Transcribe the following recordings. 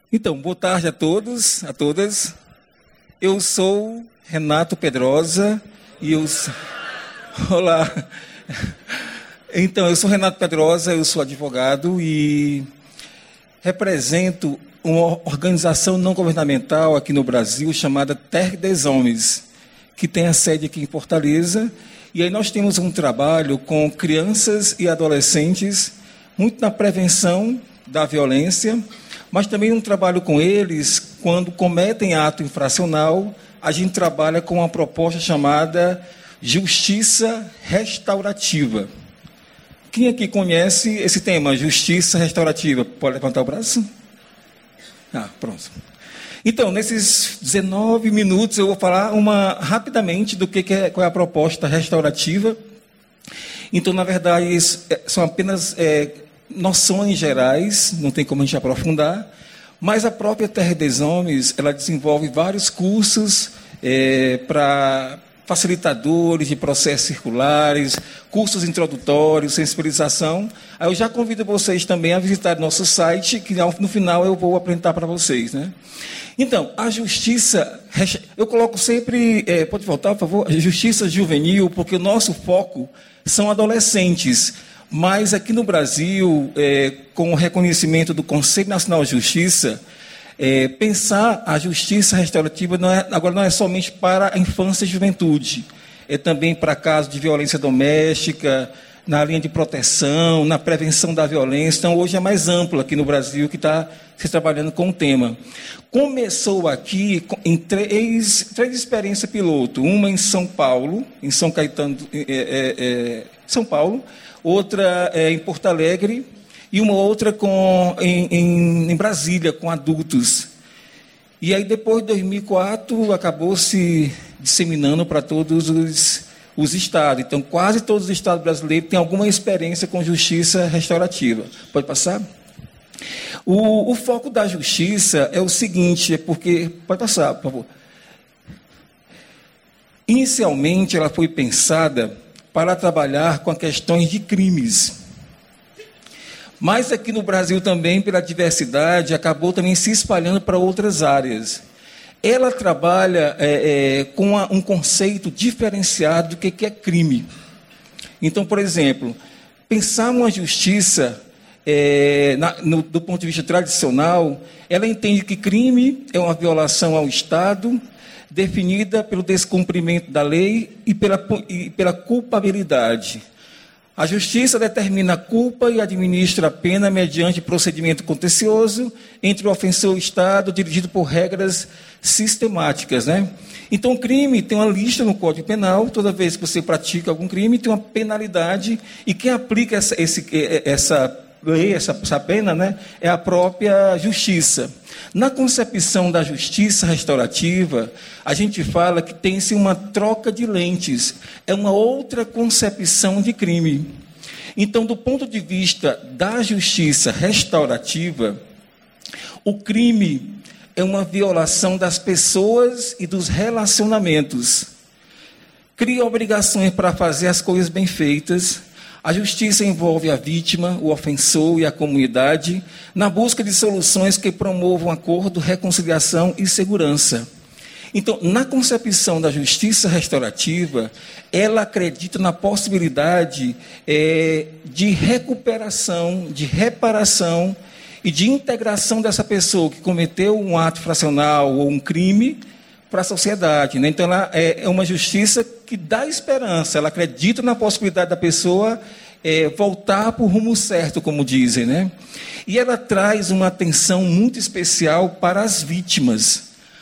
Então, boa tarde a todos, a todas. Eu sou Renato Pedrosa e Olá. Então, eu sou Renato Pedrosa, eu sou advogado e represento uma organização não governamental aqui no Brasil chamada Terre des Hommes, que tem a sede aqui em Fortaleza. E aí nós temos um trabalho com crianças e adolescentes, muito na prevenção da violência, mas também um trabalho com eles quando cometem ato infracional. A gente trabalha com uma proposta chamada Justiça Restaurativa. Quem aqui conhece esse tema, Justiça Restaurativa? Pode levantar o braço? Pronto. Então, nesses 19 minutos, eu vou falar rapidamente do qual é a proposta restaurativa. Então, na verdade, são apenas noções gerais, não tem como a gente aprofundar, mas a própria Terre des Hommes, ela desenvolve vários cursos para facilitadores de processos circulares, cursos introdutórios, sensibilização. Aí eu já convido vocês também a visitar nosso site, que no final eu vou apresentar para vocês, né? Então, a justiça, eu coloco sempre, pode voltar, por favor, a justiça juvenil, porque o nosso foco são adolescentes. Mas aqui no Brasil, com o reconhecimento do Conselho Nacional de Justiça, pensar a justiça restaurativa agora não é somente para a infância e juventude, é também para casos de violência doméstica, na linha de proteção, na prevenção da violência. Então, hoje é mais amplo aqui no Brasil que está se trabalhando com o tema. Começou aqui em três experiências piloto, uma em São Paulo, em São Caetano, São Paulo, outra em Porto Alegre e uma outra em Brasília, com adultos. E aí, depois de 2004, acabou se disseminando para todos os estados. Então, quase todos os estados brasileiros têm alguma experiência com justiça restaurativa. Pode passar? O foco da justiça é o seguinte, pode passar, por favor. Inicialmente, ela foi pensada para trabalhar com questões de crimes. Mas aqui no Brasil também, pela diversidade, acabou também se espalhando para outras áreas. Ela trabalha com um conceito diferenciado do que é crime. Então, por exemplo, pensar uma justiça do ponto de vista tradicional, ela entende que crime é uma violação ao Estado, definida pelo descumprimento da lei e pela culpabilidade. A justiça determina a culpa e administra a pena mediante procedimento contencioso entre o ofensor e o Estado, dirigido por regras sistemáticas, né? Então, o crime tem uma lista no Código Penal. Toda vez que você pratica algum crime, tem uma penalidade, e quem aplica essa lei, essa pena, né, é a própria justiça. Na concepção da justiça restaurativa, a gente fala que tem-se uma troca de lentes, é uma outra concepção de crime. Então, do ponto de vista da justiça restaurativa, o crime é uma violação das pessoas e dos relacionamentos. Cria obrigações para fazer as coisas bem feitas. A justiça envolve a vítima, o ofensor e a comunidade na busca de soluções que promovam acordo, reconciliação e segurança. Então, na concepção da justiça restaurativa, ela acredita na possibilidade de recuperação, de reparação e de integração dessa pessoa que cometeu um ato infracional ou um crime para a sociedade, né? Então, ela é uma justiça que dá esperança, ela acredita na possibilidade da pessoa voltar para o rumo certo, como dizem, né? E ela traz uma atenção muito especial para as vítimas.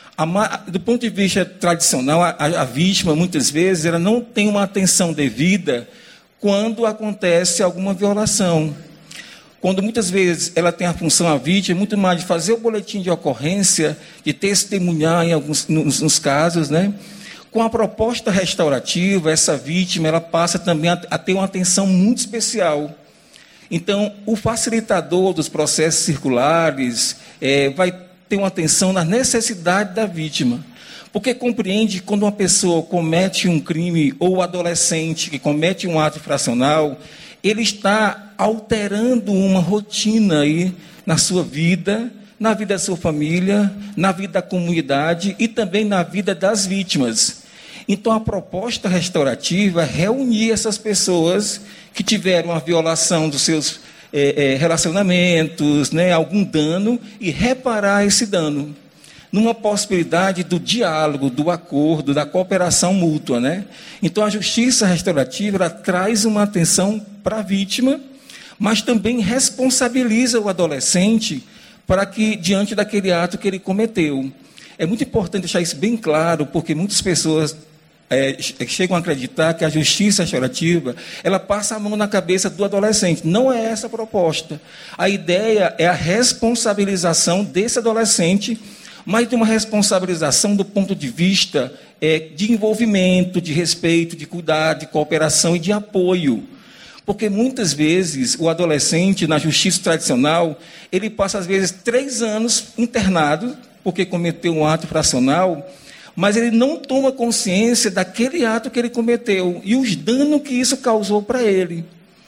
Do ponto de vista tradicional, a vítima, muitas vezes, ela não tem uma atenção devida quando acontece alguma violação. Quando muitas vezes ela tem a função, a vítima, muito mais de fazer o boletim de ocorrência, de testemunhar nos casos, né? Com a proposta restaurativa, essa vítima ela passa também a ter uma atenção muito especial. Então, o facilitador dos processos circulares vai ter uma atenção na necessidade da vítima, porque compreende que quando uma pessoa comete um crime, ou adolescente que comete um ato infracional, ele está alterando uma rotina aí na sua vida, na vida da sua família, na vida da comunidade e também na vida das vítimas. Então, a proposta restaurativa é reunir essas pessoas que tiveram a violação dos seus relacionamentos, né, algum dano, e reparar esse dano, numa possibilidade do diálogo, do acordo, da cooperação mútua, né? Então, a justiça restaurativa, ela traz uma atenção para a vítima, mas também responsabiliza o adolescente para que, diante daquele ato que ele cometeu. É muito importante deixar isso bem claro, porque muitas pessoas chegam a acreditar que a justiça restaurativa, ela passa a mão na cabeça do adolescente. Não é essa a proposta. A ideia é a responsabilização desse adolescente, mas de uma responsabilização do ponto de vista de envolvimento, de respeito, de cuidado, de cooperação e de apoio. Porque muitas vezes o adolescente, na justiça tradicional, ele passa às vezes 3 anos internado, porque cometeu um ato infracional, mas ele não toma consciência daquele ato que ele cometeu e os danos que isso causou para ele.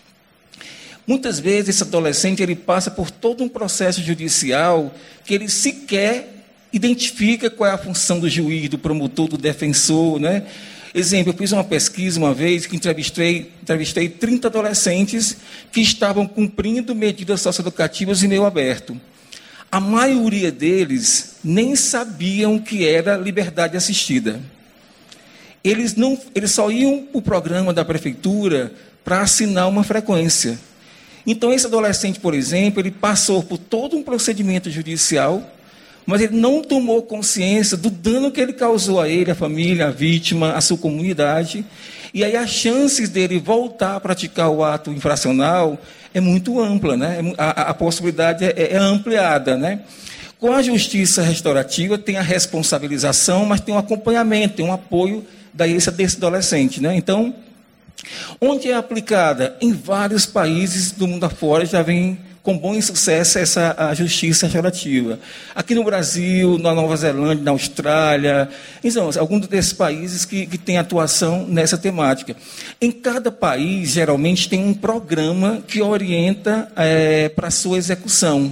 Muitas vezes esse adolescente ele passa por todo um processo judicial que ele sequer identifica qual é a função do juiz, do promotor, do defensor, né? Exemplo, eu fiz uma pesquisa uma vez que entrevistei 30 adolescentes que estavam cumprindo medidas socioeducativas em meio aberto. A maioria deles nem sabiam o que era liberdade assistida. Eles só iam para o programa da prefeitura para assinar uma frequência. Então, esse adolescente, por exemplo, ele passou por todo um procedimento judicial, mas ele não tomou consciência do dano que ele causou a ele, a família, a vítima, a sua comunidade. E aí as chances dele voltar a praticar o ato infracional é muito ampla, né? A possibilidade é ampliada, né? Com a justiça restaurativa tem a responsabilização, mas tem um acompanhamento, tem um apoio desse adolescente, né? Então, onde é aplicada? Em vários países do mundo afora já vem com bom sucesso a justiça restaurativa. Aqui no Brasil, na Nova Zelândia, na Austrália, então, alguns desses países que têm atuação nessa temática. Em cada país, geralmente, tem um programa que orienta para a sua execução.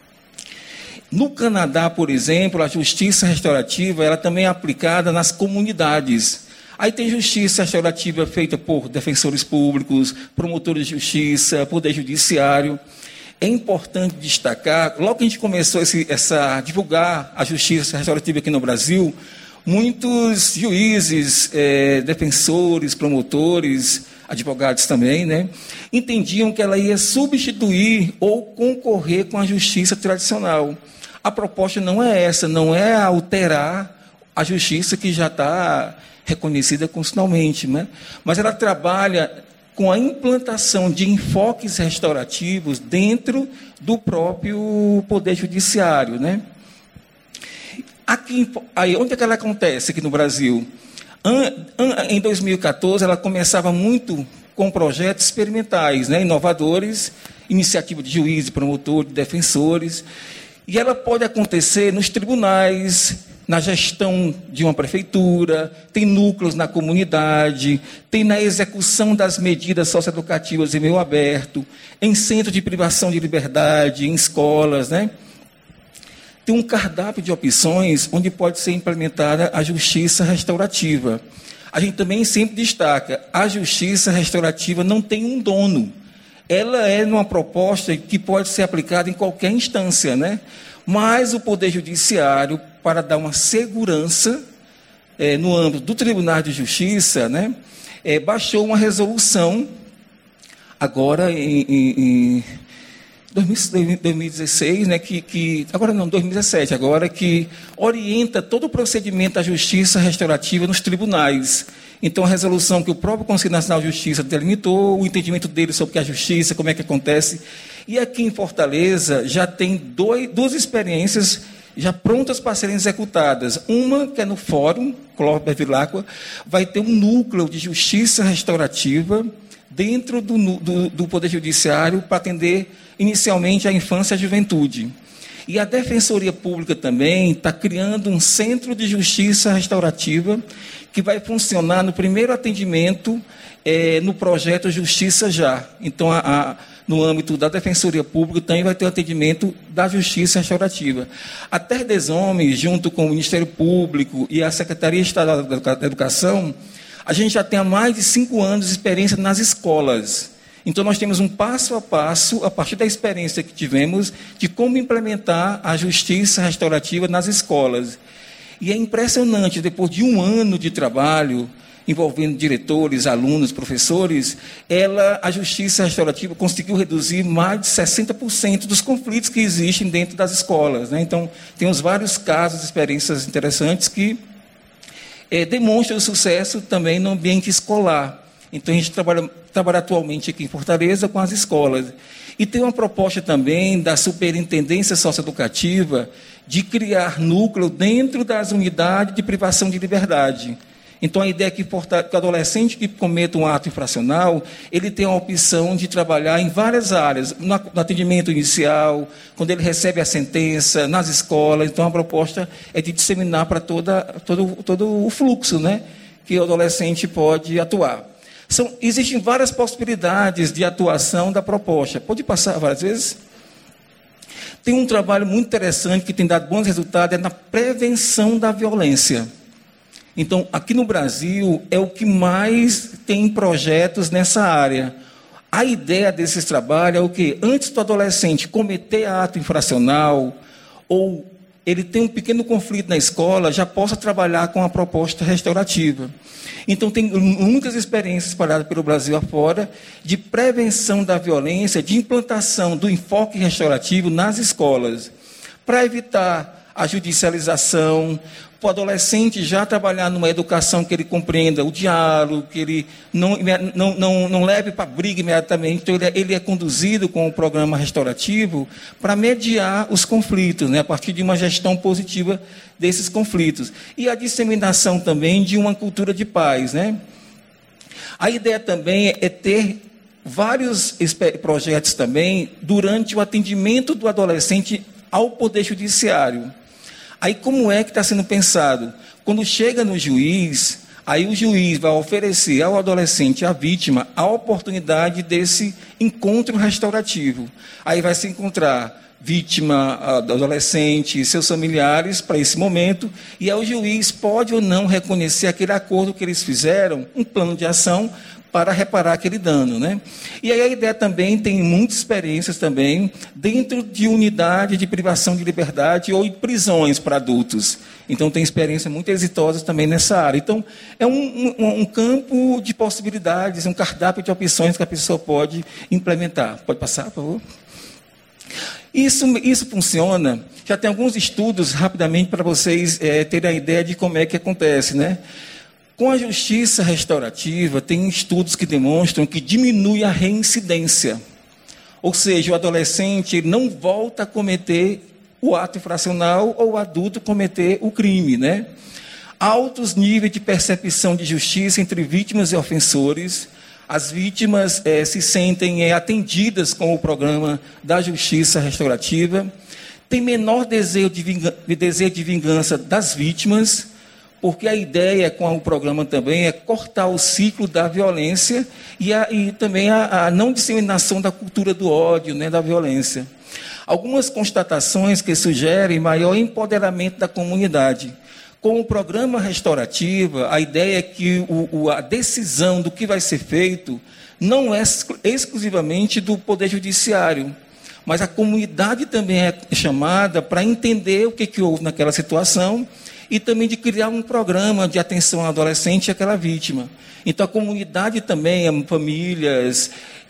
No Canadá, por exemplo, a justiça restaurativa ela também é aplicada nas comunidades. Aí tem justiça restaurativa feita por defensores públicos, promotores de justiça, poder judiciário. É importante destacar, logo que a gente começou a divulgar a justiça restaurativa aqui no Brasil, muitos juízes, defensores, promotores, advogados também, né, entendiam que ela ia substituir ou concorrer com a justiça tradicional. A proposta não é essa, não é alterar a justiça que já está reconhecida constitucionalmente, né, mas ela trabalha com a implantação de enfoques restaurativos dentro do próprio Poder Judiciário, né? Aí, onde é que ela acontece aqui no Brasil? Em 2014, ela começava muito com projetos experimentais, né, inovadores, iniciativa de juízes, promotores, defensores, e ela pode acontecer nos tribunais, na gestão de uma prefeitura, tem núcleos na comunidade, tem na execução das medidas socioeducativas em meio aberto, em centros de privação de liberdade, em escolas, né? Tem um cardápio de opções onde pode ser implementada a justiça restaurativa. A gente também sempre destaca, a justiça restaurativa não tem um dono. Ela é uma proposta que pode ser aplicada em qualquer instância, né? Mas o Poder Judiciário, para dar uma segurança no âmbito do Tribunal de Justiça, né, baixou uma resolução, agora em 2016, né, 2017, agora que orienta todo o procedimento da justiça restaurativa nos tribunais. Então, a resolução que o próprio Conselho Nacional de Justiça delimitou, o entendimento dele sobre o que é a justiça, como é que acontece. E aqui em Fortaleza já tem duas experiências já prontas para serem executadas. Uma que é no Fórum Clóvis Bevilacqua, vai ter um núcleo de justiça restaurativa dentro do Poder Judiciário para atender inicialmente a infância e a juventude. E a Defensoria Pública também está criando um centro de justiça restaurativa que vai funcionar no primeiro atendimento no projeto Justiça Já. Então, no âmbito da Defensoria Pública, também vai ter o atendimento da Justiça Restaurativa. A Terra des Homens, junto com o Ministério Público e a Secretaria Estadual da Educação, a gente já tem há mais de 5 anos de experiência nas escolas. Então, nós temos um passo a passo, a partir da experiência que tivemos, de como implementar a justiça restaurativa nas escolas. E é impressionante, depois de 1 ano de trabalho, envolvendo diretores, alunos, professores, a justiça restaurativa conseguiu reduzir mais de 60% dos conflitos que existem dentro das escolas, né? Então, temos vários casos, experiências interessantes que demonstram o sucesso também no ambiente escolar. Então, a gente trabalha atualmente aqui em Fortaleza com as escolas. E tem uma proposta também da Superintendência Socioeducativa de criar núcleo dentro das unidades de privação de liberdade. Então, a ideia é que o adolescente que cometa um ato infracional, ele tem a opção de trabalhar em várias áreas, no atendimento inicial, quando ele recebe a sentença, nas escolas. Então, a proposta é de disseminar para todo o fluxo, né, que o adolescente pode atuar. Existem várias possibilidades de atuação da proposta. Pode passar várias vezes? Tem um trabalho muito interessante que tem dado bons resultados, na prevenção da violência. Então, aqui no Brasil, é o que mais tem projetos nessa área. A ideia desses trabalhos é o quê? Antes do adolescente cometer ato infracional, ou ele tem um pequeno conflito na escola, já possa trabalhar com a proposta restaurativa. Então, tem muitas experiências espalhadas pelo Brasil afora de prevenção da violência, de implantação do enfoque restaurativo nas escolas, para evitar a judicialização, para o adolescente já trabalhar numa educação que ele compreenda o diálogo, que ele não leve para a briga imediatamente. Então, ele é conduzido com o programa restaurativo para mediar os conflitos, né, a partir de uma gestão positiva desses conflitos. E a disseminação também de uma cultura de paz, né? A ideia também é ter vários projetos também durante o atendimento do adolescente ao Poder Judiciário. Aí, como é que está sendo pensado? Quando chega no juiz, aí o juiz vai oferecer ao adolescente, à vítima, a oportunidade desse encontro restaurativo. Aí vai se encontrar vítima, adolescente e seus familiares para esse momento, e aí o juiz pode ou não reconhecer aquele acordo que eles fizeram, um plano de ação para reparar aquele dano, né? E aí a ideia também tem muitas experiências também dentro de unidade de privação de liberdade ou em prisões para adultos. Então tem experiências muito exitosas também nessa área. Então é um campo de possibilidades, um cardápio de opções que a pessoa pode implementar. Pode passar, por favor? Isso funciona. Já tem alguns estudos, rapidamente, para vocês terem a ideia de como é que acontece, né? Com a justiça restaurativa, tem estudos que demonstram que diminui a reincidência. Ou seja, o adolescente não volta a cometer o ato infracional ou o adulto cometer o crime, né? Altos níveis de percepção de justiça entre vítimas e ofensores. As vítimas se sentem atendidas com o programa da justiça restaurativa. Tem menor desejo de vingança das vítimas, porque a ideia com o programa também é cortar o ciclo da violência e também a não disseminação da cultura do ódio, né, da violência. Algumas constatações que sugerem maior empoderamento da comunidade. Com o programa restaurativo, a ideia é que a decisão do que vai ser feito não é exclusivamente do Poder Judiciário, mas a comunidade também é chamada para entender o que houve naquela situação e também de criar um programa de atenção ao adolescente e àquela vítima. Então, a comunidade também, famílias,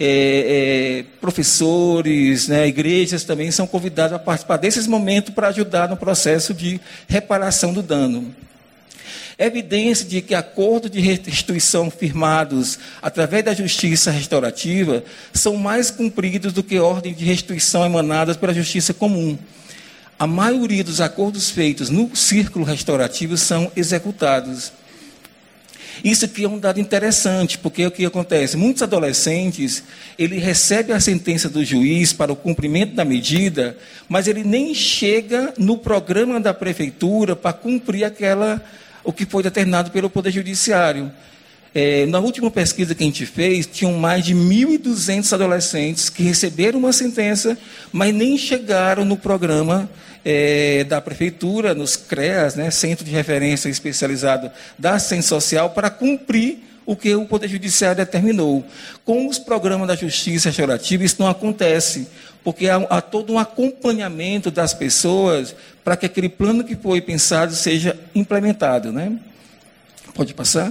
professores, né, igrejas também são convidados a participar desses momentos para ajudar no processo de reparação do dano. É evidência de que acordos de restituição firmados através da justiça restaurativa são mais cumpridos do que ordens de restituição emanadas pela justiça comum. A maioria dos acordos feitos no círculo restaurativo são executados. Isso aqui é um dado interessante, porque o que acontece? Muitos adolescentes, ele recebe a sentença do juiz para o cumprimento da medida, mas ele nem chega no programa da prefeitura para cumprir o que foi determinado pelo Poder Judiciário. Na última pesquisa que a gente fez, tinham mais de 1.200 adolescentes que receberam uma sentença, mas nem chegaram no programa da prefeitura, nos CREAS, né, Centro de Referência Especializado da Assistência Social, para cumprir o que o Poder Judiciário determinou. Com os programas da Justiça Restaurativa, isso não acontece, porque há todo um acompanhamento das pessoas para que aquele plano que foi pensado seja implementado, né? Pode passar?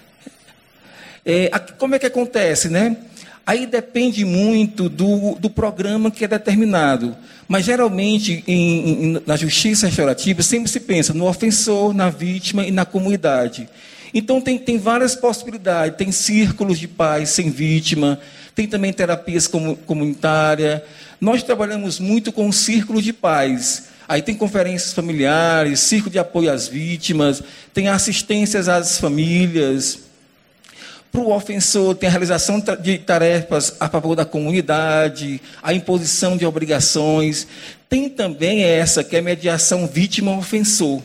Como é que acontece, né? Aí depende muito do programa que é determinado. Mas, geralmente, na justiça restaurativa, sempre se pensa no ofensor, na vítima e na comunidade. Então, tem várias possibilidades. Tem círculos de pais sem vítima, tem também terapias comunitárias. Nós trabalhamos muito com círculos de pais. Aí tem conferências familiares, círculo de apoio às vítimas, tem assistências às famílias. Para o ofensor, tem a realização de tarefas a favor da comunidade, a imposição de obrigações. Tem também essa, que é a mediação vítima-ofensor.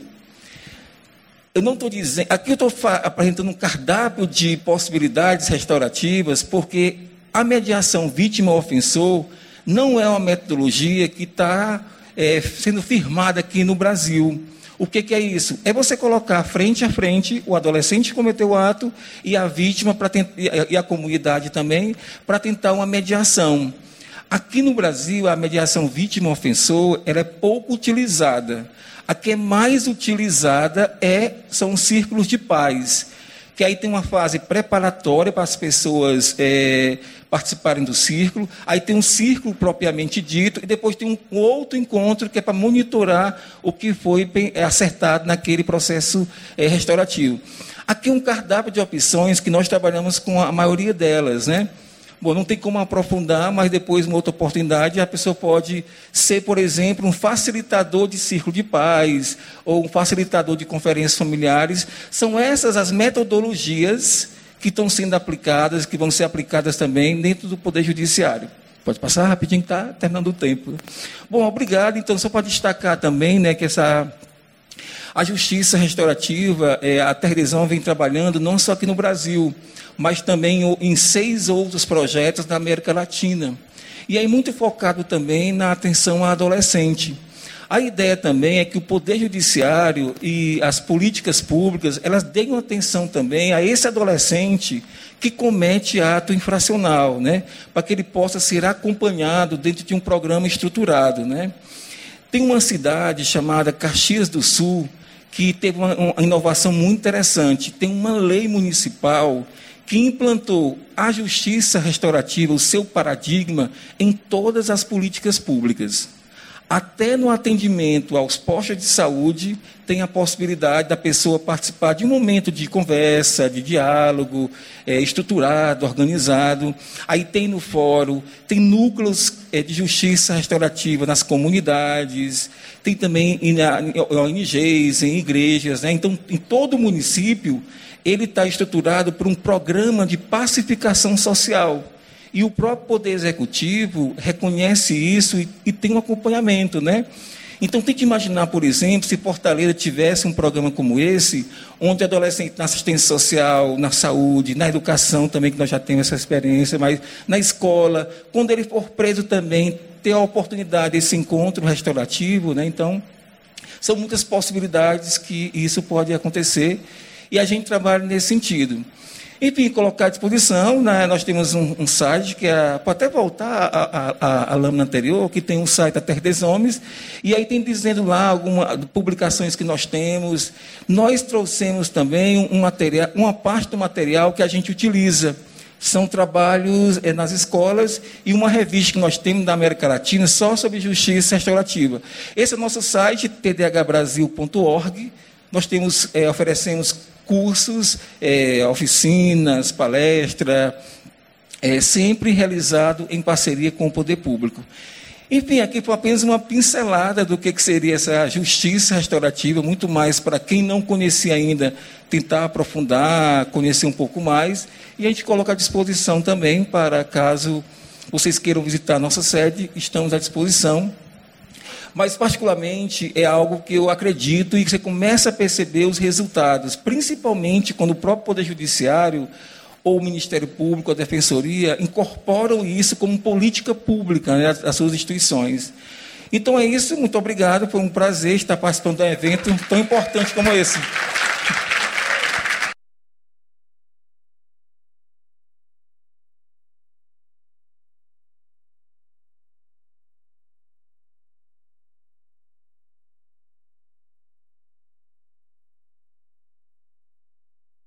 Eu não estou dizendo... Aqui eu estou apresentando um cardápio de possibilidades restaurativas, porque a mediação vítima-ofensor não é uma metodologia que está sendo firmada aqui no Brasil. O que é isso? É você colocar frente a frente o adolescente que cometeu o ato e a vítima e a comunidade também, para tentar uma mediação. Aqui no Brasil, a mediação vítima-ofensor ela é pouco utilizada. A que é mais utilizada são os círculos de paz, que aí tem uma fase preparatória para as pessoas participarem do círculo, aí tem um círculo propriamente dito, e depois tem um outro encontro que é para monitorar o que foi acertado naquele processo restaurativo. Aqui um cardápio de opções que nós trabalhamos com a maioria delas, né? Bom, não tem como aprofundar, mas depois, uma outra oportunidade, a pessoa pode ser, por exemplo, um facilitador de círculo de paz, ou um facilitador de conferências familiares. São essas as metodologias que estão sendo aplicadas, que vão ser aplicadas também dentro do Poder Judiciário. Pode passar rapidinho, que está terminando o tempo. Bom, obrigado. Então, só para destacar também, né, que a justiça restaurativa, a Terdeizão vem trabalhando não só aqui no Brasil, mas também em 6 outros projetos na América Latina. E aí muito focado também na atenção à adolescente. A ideia também é que o Poder Judiciário e as políticas públicas, elas deem atenção também a esse adolescente que comete ato infracional, né? Para que ele possa ser acompanhado dentro de um programa estruturado, né? Tem uma cidade chamada Caxias do Sul, que teve uma inovação muito interessante. Tem uma lei municipal que implantou a justiça restaurativa, o seu paradigma, em todas as políticas públicas. Até no atendimento aos postos de saúde, tem a possibilidade da pessoa participar de um momento de conversa, de diálogo, estruturado, organizado. Aí tem no fórum, tem núcleos de justiça restaurativa nas comunidades, tem também em ONGs, em igrejas, né? Então, em todo o município, ele está estruturado por um programa de pacificação social. E o próprio Poder Executivo reconhece isso e tem um acompanhamento, né? Então, tem que imaginar, por exemplo, se Fortaleza tivesse um programa como esse, onde adolescente na assistência social, na saúde, na educação também, que nós já temos essa experiência, mas na escola, quando ele for preso também, ter a oportunidade desse encontro restaurativo, né? Então, são muitas possibilidades que isso pode acontecer, e a gente trabalha nesse sentido. Enfim, colocar à disposição, né? Nós temos um site, que pode até voltar à lâmina anterior, que tem um site da Terra dos Homens, e aí tem dizendo lá algumas publicações que nós temos. Nós trouxemos também uma parte do material que a gente utiliza. São trabalhos nas escolas e uma revista que nós temos da América Latina só sobre justiça restaurativa. Esse é o nosso site, tdhbrasil.org. Nós oferecemos cursos, oficinas, palestra, sempre realizado em parceria com o poder público. Enfim, aqui foi apenas uma pincelada do que seria essa justiça restaurativa, muito mais para quem não conhecia ainda, tentar aprofundar, conhecer um pouco mais, e a gente coloca à disposição também para caso vocês queiram visitar a nossa sede, estamos à disposição. Mas, particularmente, é algo que eu acredito e que você começa a perceber os resultados, principalmente quando o próprio Poder Judiciário ou o Ministério Público, a Defensoria, incorporam isso como política pública, né, as suas instituições. Então é isso, muito obrigado, foi um prazer estar participando de um evento tão importante como esse.